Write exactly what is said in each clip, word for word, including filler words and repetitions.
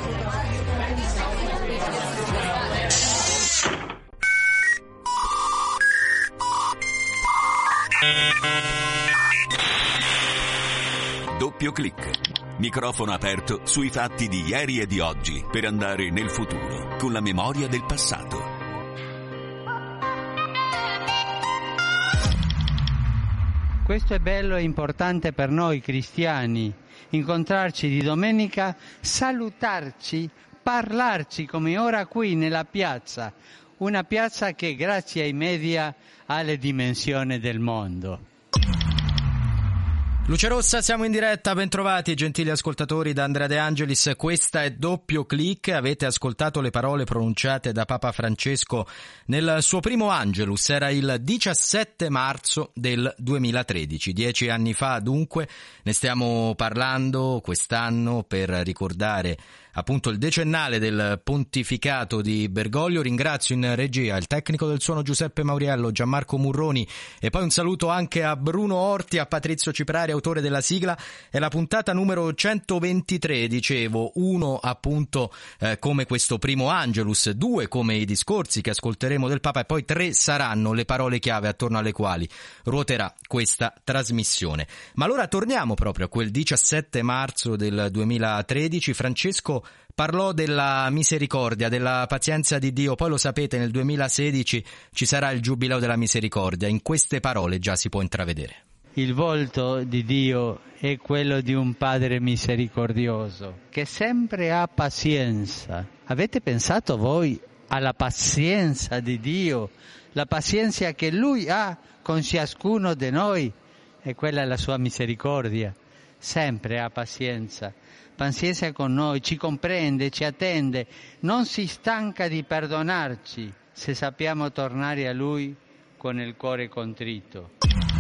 Doppio clic. Microfono aperto sui fatti di ieri e di oggi per andare nel futuro con la memoria del passato. Questo è bello e importante per noi cristiani, incontrarci di domenica, salutarci, parlarci come ora qui nella piazza, una piazza che grazie ai media ha le dimensioni del mondo. Luce Rossa, siamo in diretta, bentrovati gentili ascoltatori da Andrea De Angelis, questa è Doppio Clic, avete ascoltato le parole pronunciate da Papa Francesco nel suo primo Angelus, era il diciassette marzo del duemilatredici, dieci anni fa dunque, ne stiamo parlando quest'anno per ricordare appunto il decennale del pontificato di Bergoglio. Ringrazio in regia il tecnico del suono Giuseppe Mauriello, Gianmarco Murroni e poi un saluto anche a Bruno Orti, a Patrizio Ciprari, autore della sigla. È la puntata numero centoventitré, dicevo, uno appunto eh, come questo primo Angelus, due come i discorsi che ascolteremo del Papa e poi tre saranno le parole chiave attorno alle quali ruoterà questa trasmissione. Ma allora torniamo proprio a quel diciassette marzo del duemilatredici. Francesco parlò della misericordia, della pazienza di Dio, poi lo sapete nel duemilasedici ci sarà il Giubileo della Misericordia, in queste parole già si può intravedere. Il volto di Dio è quello di un Padre misericordioso, che sempre ha pazienza. Avete pensato voi alla pazienza di Dio, la pazienza che Lui ha con ciascuno di noi? E quella è la sua misericordia, sempre ha pazienza. Pazienza con noi, ci comprende, ci attende, non si stanca di perdonarci se sappiamo tornare a Lui con il cuore contrito.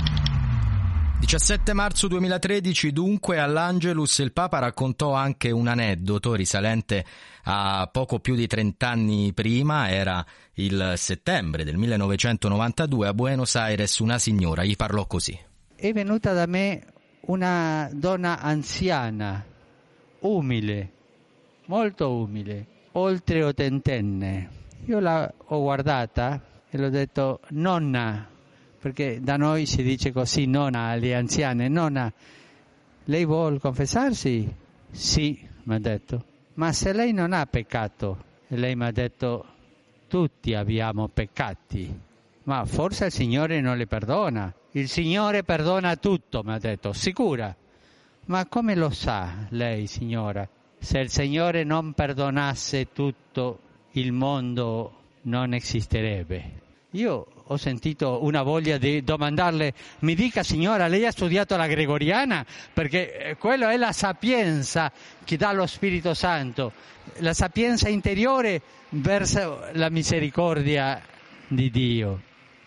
diciassette marzo duemilatredici, dunque, all'Angelus il Papa raccontò anche un aneddoto risalente a poco più di trent'anni prima. Era il settembre del millenovecentonovantadue a Buenos Aires. Una signora gli parlò così: è venuta da me una donna anziana, umile, molto umile, oltre ottantenne. Io la ho guardata e le ho detto: nonna, perché da noi si dice così, nonna alle anziane, nonna, lei vuol confessarsi? Sì, mi ha detto, ma se lei non ha peccato? E lei mi ha detto: tutti abbiamo peccati, ma forse il Signore non le perdona. Il Signore perdona tutto, mi ha detto, sicura? Ma come lo sa lei, signora? Se il Signore non perdonasse tutto, il mondo non esisterebbe. Io ho sentito una voglia di domandarle: mi dica, signora, lei ha studiato la gregoriana? Perché quello è la sapienza che dà lo Spirito Santo, la sapienza interiore verso la misericordia di Dio.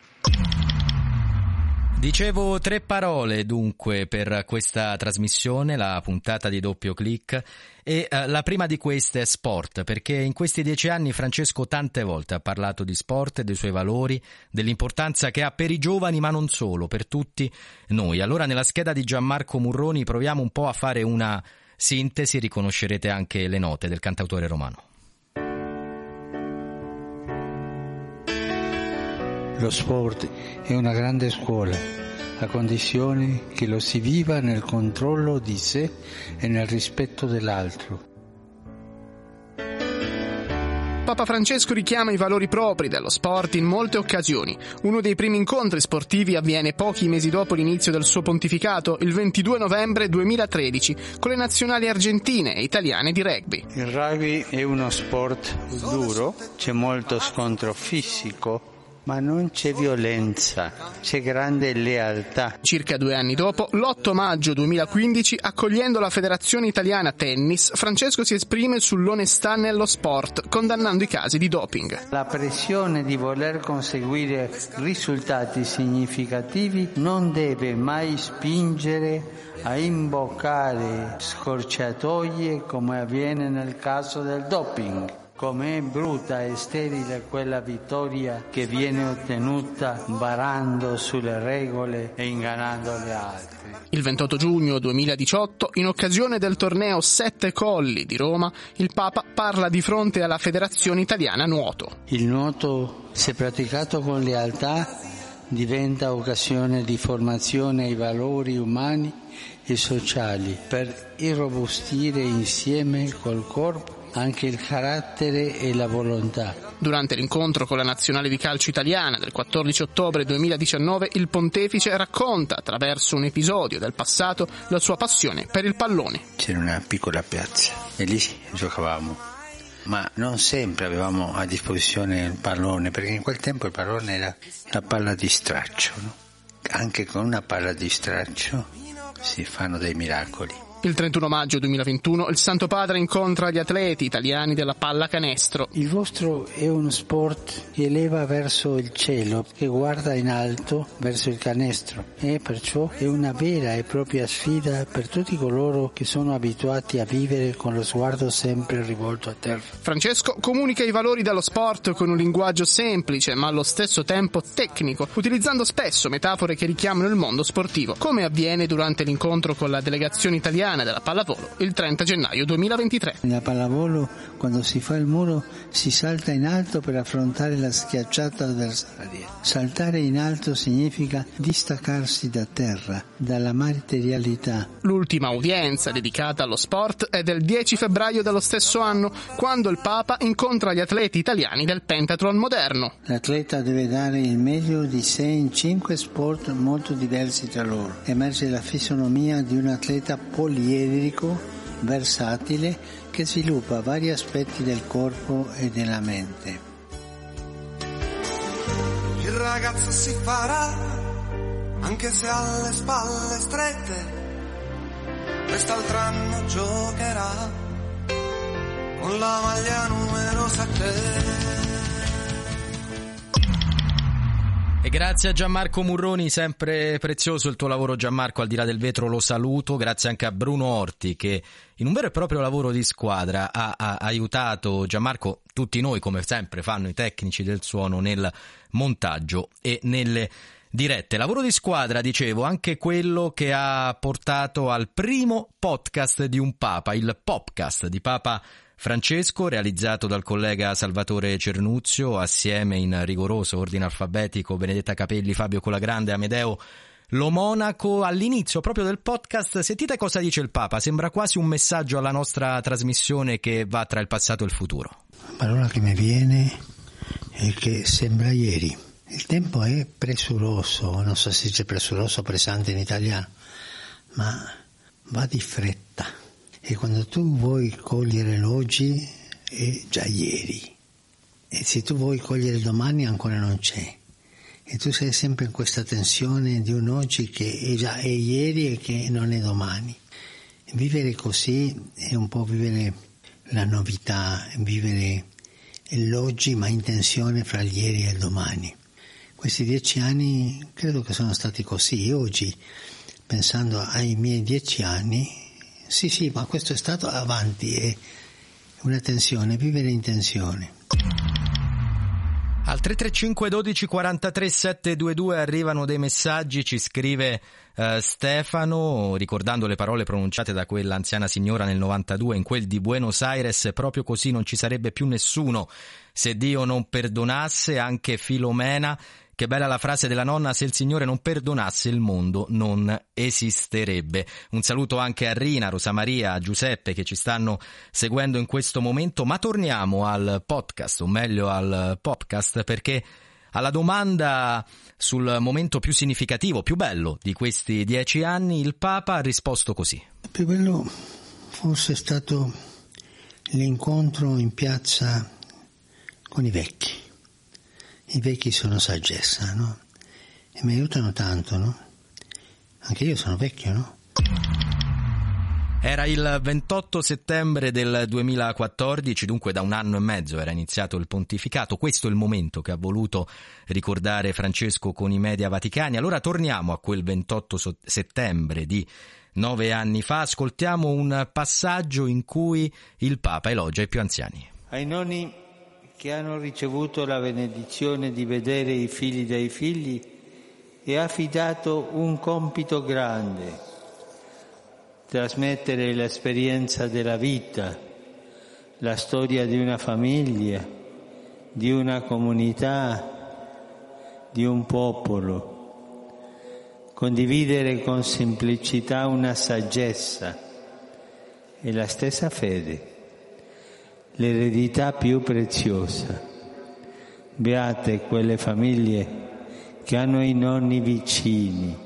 Dicevo tre parole dunque per questa trasmissione, la puntata di Doppio Clic, e eh, la prima di queste è sport, perché in questi dieci anni Francesco tante volte ha parlato di sport, dei suoi valori, dell'importanza che ha per i giovani, ma non solo, per tutti noi. Allora nella scheda di Gianmarco Murroni proviamo un po' a fare una sintesi, riconoscerete anche le note del cantautore romano. Lo sport è una grande scuola, a condizione che lo si viva nel controllo di sé e nel rispetto dell'altro. Papa Francesco richiama i valori propri dello sport in molte occasioni. Uno dei primi incontri sportivi avviene pochi mesi dopo l'inizio del suo pontificato, il ventidue novembre duemilatredici, con le nazionali argentine e italiane di rugby. Il rugby è uno sport duro, c'è molto scontro fisico, ma non c'è violenza, c'è grande lealtà. Circa due anni dopo, l'otto maggio duemilaquindici, accogliendo la Federazione Italiana Tennis, Francesco si esprime sull'onestà nello sport, condannando i casi di doping. La pressione di voler conseguire risultati significativi non deve mai spingere a imboccare scorciatoie come avviene nel caso del doping. Com'è brutta e sterile quella vittoria che viene ottenuta barando sulle regole e ingannando gli altri. Il ventotto giugno duemiladiciotto, in occasione del torneo Sette Colli di Roma, il Papa parla di fronte alla Federazione Italiana Nuoto. Il nuoto, se praticato con lealtà, diventa occasione di formazione ai valori umani e sociali per irrobustire insieme col corpo anche il carattere e la volontà. Durante l'incontro con la nazionale di calcio italiana del quattordici ottobre duemiladiciannove, il pontefice racconta attraverso un episodio del passato la sua passione per il pallone. C'era una piccola piazza e lì giocavamo, ma non sempre avevamo a disposizione il pallone, perché in quel tempo il pallone era la palla di straccio, no? Anche con una palla di straccio si fanno dei miracoli. Il trentuno maggio duemilaventuno il Santo Padre incontra gli atleti italiani della pallacanestro. Il vostro è uno sport che eleva verso il cielo, che guarda in alto verso il canestro, e perciò è una vera e propria sfida per tutti coloro che sono abituati a vivere con lo sguardo sempre rivolto a terra. Francesco comunica i valori dello sport con un linguaggio semplice ma allo stesso tempo tecnico, utilizzando spesso metafore che richiamano il mondo sportivo, come avviene durante l'incontro con la delegazione italiana della pallavolo il trenta gennaio duemilaventitré. Nella pallavolo, quando si fa il muro, si salta in alto per affrontare la schiacciata avversaria. Saltare in alto significa distaccarsi da terra, dalla materialità. L'ultima udienza dedicata allo sport è del dieci febbraio dello stesso anno, quando il Papa incontra gli atleti italiani del pentathlon moderno. L'atleta deve dare il meglio di sé in cinque sport molto diversi tra loro. Emerge la fisionomia di un atleta poliedrico, versatile, che sviluppa vari aspetti del corpo e della mente. Il ragazzo si farà, anche se ha le spalle strette, quest'altro anno giocherà con la maglia numero sette. E grazie a Gianmarco Murroni, sempre prezioso il tuo lavoro Gianmarco, al di là del vetro lo saluto. Grazie anche a Bruno Orti che in un vero e proprio lavoro di squadra ha, ha aiutato Gianmarco, tutti noi come sempre fanno i tecnici del suono, nel montaggio e nelle dirette. Lavoro di squadra, dicevo, anche quello che ha portato al primo podcast di un Papa, il Popcast di Papa Francesco, realizzato dal collega Salvatore Cernuzio assieme in rigoroso ordine alfabetico Benedetta Capelli, Fabio Colagrande e Amedeo Lo Monaco. All'inizio proprio del podcast sentite cosa dice il Papa, sembra quasi un messaggio alla nostra trasmissione che va tra il passato e il futuro. La parola che mi viene è che sembra ieri. Il tempo è presuroso, non so se si dice presuroso o pressante in italiano, ma va di fretta. E quando tu vuoi cogliere l'oggi è già ieri, e se tu vuoi cogliere domani ancora non c'è, e tu sei sempre in questa tensione di un oggi che è già è ieri e che non è domani. Vivere così è un po' vivere la novità, vivere l'oggi ma in tensione fra il ieri e il domani. Questi dieci anni credo che sono stati così. Oggi, pensando ai miei dieci anni, sì, sì, ma questo è stato avanti, è una tensione, vivere in tensione. Al tre tre cinque dodici quarantatré settecentoventidue arrivano dei messaggi, ci scrive uh, Stefano, ricordando le parole pronunciate da quell'anziana signora nel novantadue in quel di Buenos Aires: proprio così non ci sarebbe più nessuno se Dio non perdonasse. Anche Filomena: che bella la frase della nonna, se il Signore non perdonasse il mondo non esisterebbe. Un saluto anche a Rina, Rosa Maria, a Giuseppe che ci stanno seguendo in questo momento, ma torniamo al podcast, o meglio al podcast, perché alla domanda sul momento più significativo, più bello di questi dieci anni, il Papa ha risposto così. Il più bello forse è stato l'incontro in piazza con i vecchi. I vecchi sono saggezza, no? E mi aiutano tanto, no? Anche io sono vecchio, no? Era il ventotto settembre del duemilaquattordici, dunque da un anno e mezzo era iniziato il pontificato. Questo è il momento che ha voluto ricordare Francesco con i media vaticani. Allora torniamo a quel ventotto settembre di nove anni fa, ascoltiamo un passaggio in cui il Papa elogia i più anziani. ai nonni che hanno ricevuto la benedizione di vedere i figli dei figli, è affidato un compito grande: trasmettere l'esperienza della vita, la storia di una famiglia, di una comunità, di un popolo, condividere con semplicità una saggezza e la stessa fede, l'eredità più preziosa. Beate quelle famiglie che hanno i nonni vicini.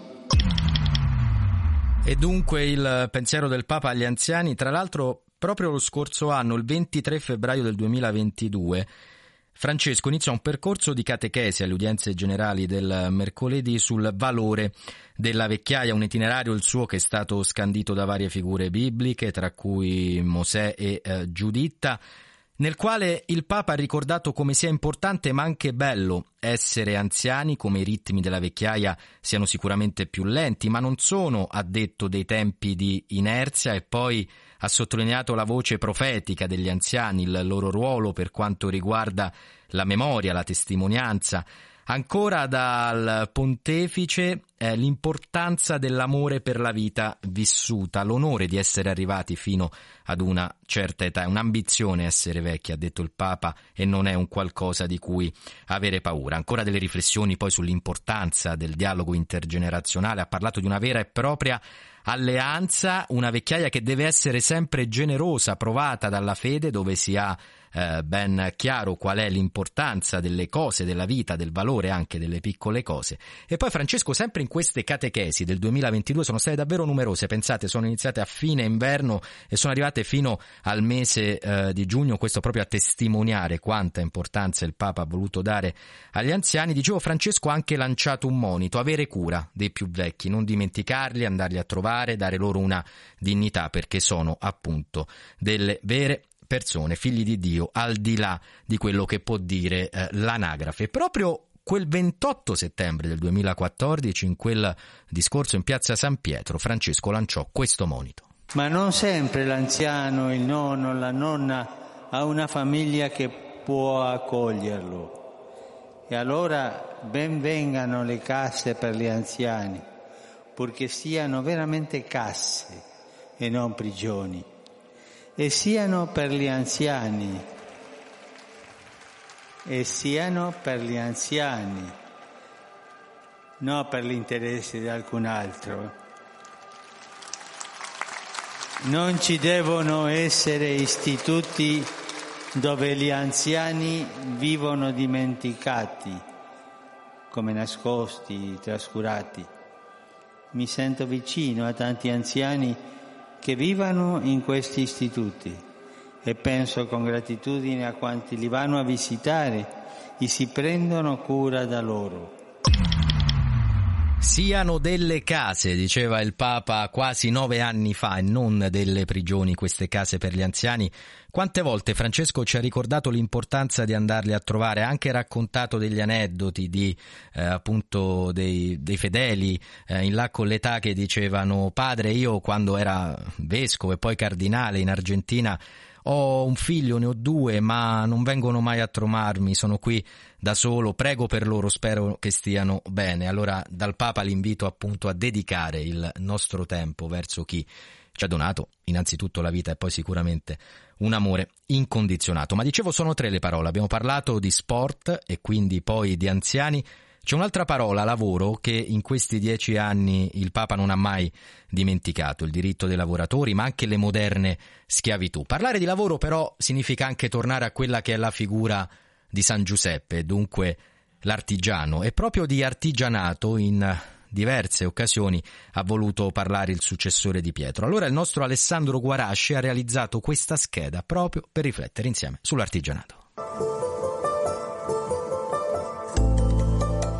E dunque il pensiero del Papa agli anziani. Tra l'altro, proprio lo scorso anno, il ventitré febbraio del duemilaventidue, Francesco iniziò un percorso di catechesi alle udienze generali del mercoledì sul valore della vecchiaia, un itinerario il suo che è stato scandito da varie figure bibliche, tra cui Mosè e eh, Giuditta, nel quale il Papa ha ricordato come sia importante ma anche bello essere anziani, come i ritmi della vecchiaia siano sicuramente più lenti, ma non sono, ha detto, dei tempi di inerzia, e poi ha sottolineato la voce profetica degli anziani, il loro ruolo per quanto riguarda la memoria, la testimonianza. Ancora dal pontefice eh, l'importanza dell'amore per la vita vissuta, l'onore di essere arrivati fino ad una certa età. È un'ambizione essere vecchi, ha detto il Papa, e non è un qualcosa di cui avere paura. Ancora delle riflessioni poi sull'importanza del dialogo intergenerazionale, ha parlato di una vera e propria alleanza, una vecchiaia che deve essere sempre generosa, provata dalla fede, dove si ha eh, ben chiaro qual è l'importanza delle cose, della vita, del valore anche delle piccole cose. E poi Francesco, sempre in queste catechesi del duemilaventidue, sono state davvero numerose, pensate, sono iniziate a fine inverno e sono arrivate fino al mese eh, di giugno, questo proprio a testimoniare quanta importanza il Papa ha voluto dare agli anziani. Dicevo, Francesco ha anche lanciato un monito: avere cura dei più vecchi, non dimenticarli, andarli a trovare, dare loro una dignità, perché sono appunto delle vere persone, figli di Dio, al di là di quello che può dire eh, l'anagrafe. Proprio quel ventotto settembre del duemilaquattordici, in quel discorso in piazza San Pietro, Francesco lanciò questo monito. Ma non sempre l'anziano, il nonno, la nonna ha una famiglia che può accoglierlo. E allora ben vengano le case per gli anziani, purché siano veramente casse e non prigioni, e siano per gli anziani, e siano per gli anziani, non per l'interesse di alcun altro. Non ci devono essere istituti dove gli anziani vivono dimenticati, come nascosti, trascurati. Mi sento vicino a tanti anziani che vivono in questi istituti e penso con gratitudine a quanti li vanno a visitare e si prendono cura da loro. Siano delle case, diceva il Papa quasi nove anni fa, e non delle prigioni, queste case per gli anziani. Quante volte Francesco ci ha ricordato l'importanza di andarli a trovare, ha anche raccontato degli aneddoti di eh, appunto dei, dei fedeli eh, in là con l'età che dicevano: padre, io quando era vescovo e poi cardinale in Argentina ho un figlio, ne ho due, ma non vengono mai a trovarmi, sono qui da solo, prego per loro, spero che stiano bene. Allora dal Papa l'invito appunto a dedicare il nostro tempo verso chi ci ha donato innanzitutto la vita e poi sicuramente un amore incondizionato. Ma dicevo, sono tre le parole, abbiamo parlato di sport e quindi poi di anziani. C'è un'altra parola, lavoro, che in questi dieci anni il Papa non ha mai dimenticato: il diritto dei lavoratori, ma anche le moderne schiavitù. Parlare di lavoro però significa anche tornare a quella che è la figura di San Giuseppe, dunque l'artigiano, e proprio di artigianato in diverse occasioni ha voluto parlare il successore di Pietro. Allora il nostro Alessandro Guarasci ha realizzato questa scheda proprio per riflettere insieme sull'artigianato.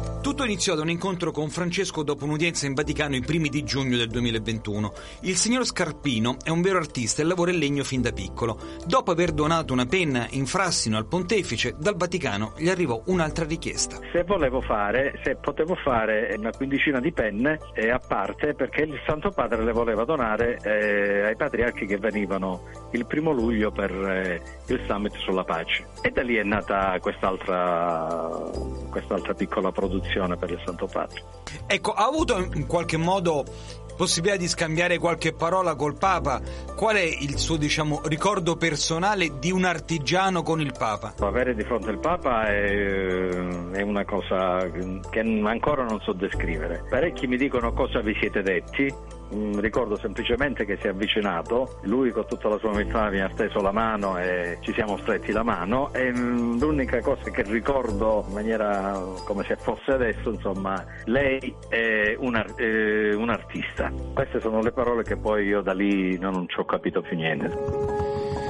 Tutto iniziò da un incontro con Francesco dopo un'udienza in Vaticano i primi di giugno del duemilaventuno. Il signor Scarpino è un vero artista e lavora in legno fin da piccolo. Dopo aver donato una penna in frassino al pontefice, dal Vaticano gli arrivò un'altra richiesta. Se volevo fare, se potevo fare una quindicina di penne eh, a parte, perché il Santo Padre le voleva donare eh, ai patriarchi che venivano il primo luglio per eh, il summit sulla pace. E da lì è nata quest'altra, quest'altra piccola produzione per il Santo Padre. Ecco, ha avuto in qualche modo possibilità di scambiare qualche parola col Papa? Qual è il suo, diciamo, ricordo personale di un artigiano con il Papa? Avere di fronte il Papa è, è una cosa che ancora non so descrivere. Parecchi mi dicono cosa vi siete detti. Ricordo semplicemente che si è avvicinato, lui con tutta la sua umiltà mi ha steso la mano e ci siamo stretti la mano, e l'unica cosa che ricordo in maniera come se fosse adesso, insomma, lei è un, è un artista. Queste sono le parole che poi io da lì non ci ho capito più niente.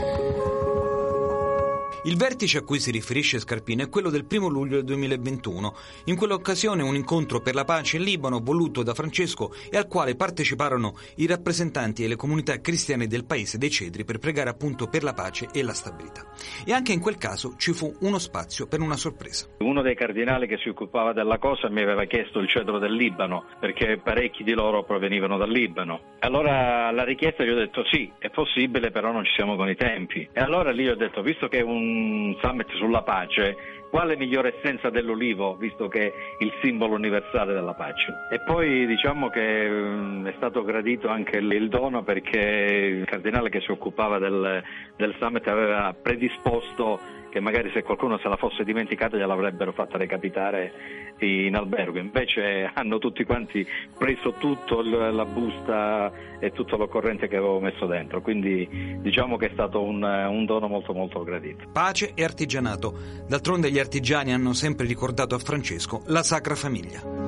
Il vertice a cui si riferisce Scarpino è quello del primo luglio del duemilaventuno. In quell'occasione un incontro per la pace in Libano voluto da Francesco e al quale parteciparono i rappresentanti delle comunità cristiane del paese dei Cedri per pregare appunto per la pace e la stabilità. E anche in quel caso ci fu uno spazio per una sorpresa. Uno dei cardinali che si occupava della cosa mi aveva chiesto il cedro del Libano, perché parecchi di loro provenivano dal Libano. Allora la richiesta gli ho detto sì, è possibile, però non ci siamo con i tempi. E allora lì ho detto, visto che è un un summit sulla pace, quale migliore essenza dell'olivo, visto che è il simbolo universale della pace. E poi diciamo che um, è stato gradito anche il, il dono, perché il cardinale che si occupava del, del summit aveva predisposto che magari se qualcuno se la fosse dimenticata gliel'avrebbero fatta recapitare in albergo. Invece hanno tutti quanti preso tutto, la busta e tutto l'occorrente che avevo messo dentro, quindi diciamo che è stato un, un dono molto molto gradito. Pace e artigianato. D'altronde gli artigiani hanno sempre ricordato a Francesco la Sacra Famiglia.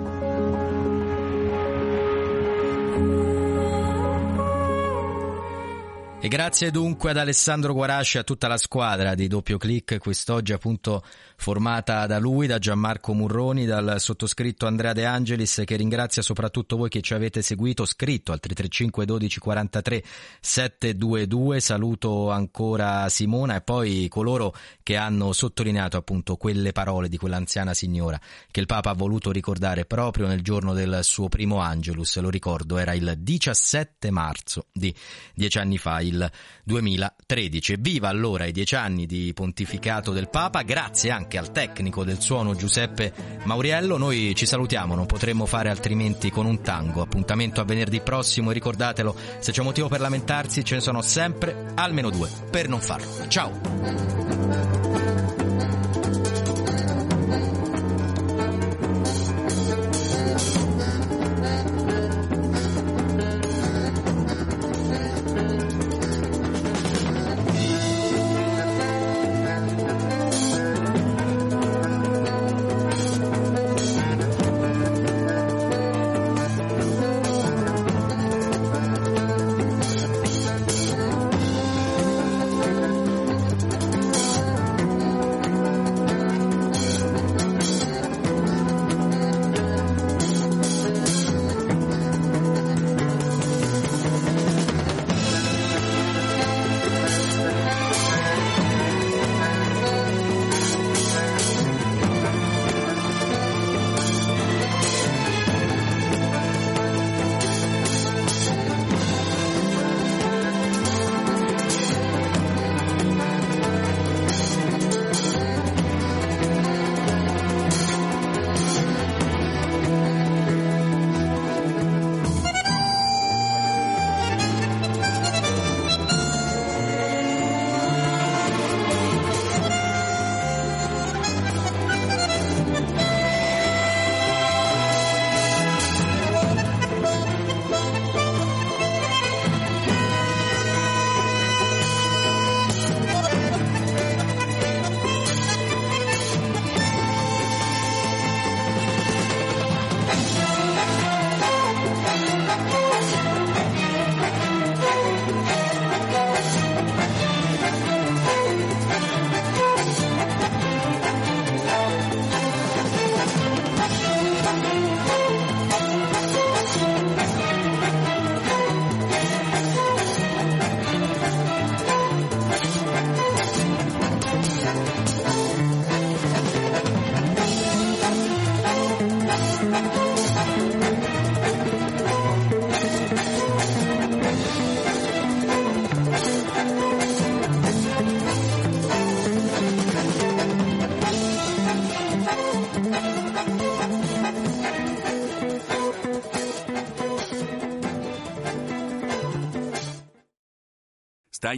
E grazie dunque ad Alessandro Guarasci e a tutta la squadra di Doppio Clic, quest'oggi appunto formata da lui, da Gianmarco Murroni, dal sottoscritto Andrea De Angelis, che ringrazia soprattutto voi che ci avete seguito, scritto al tre tre cinque dodici quarantatré settecentoventidue. Saluto ancora Simona e poi coloro che hanno sottolineato appunto quelle parole di quell'anziana signora che il Papa ha voluto ricordare proprio nel giorno del suo primo Angelus. Lo ricordo, era il diciassette marzo di dieci anni fa, il duemilatredici. Viva allora i dieci anni di pontificato del Papa, grazie anche al tecnico del suono Giuseppe Mauriello. Noi ci salutiamo, non potremmo fare altrimenti con un tango. Appuntamento a venerdì prossimo e ricordatelo, se c'è motivo per lamentarsi ce ne sono sempre almeno due per non farlo. Ciao!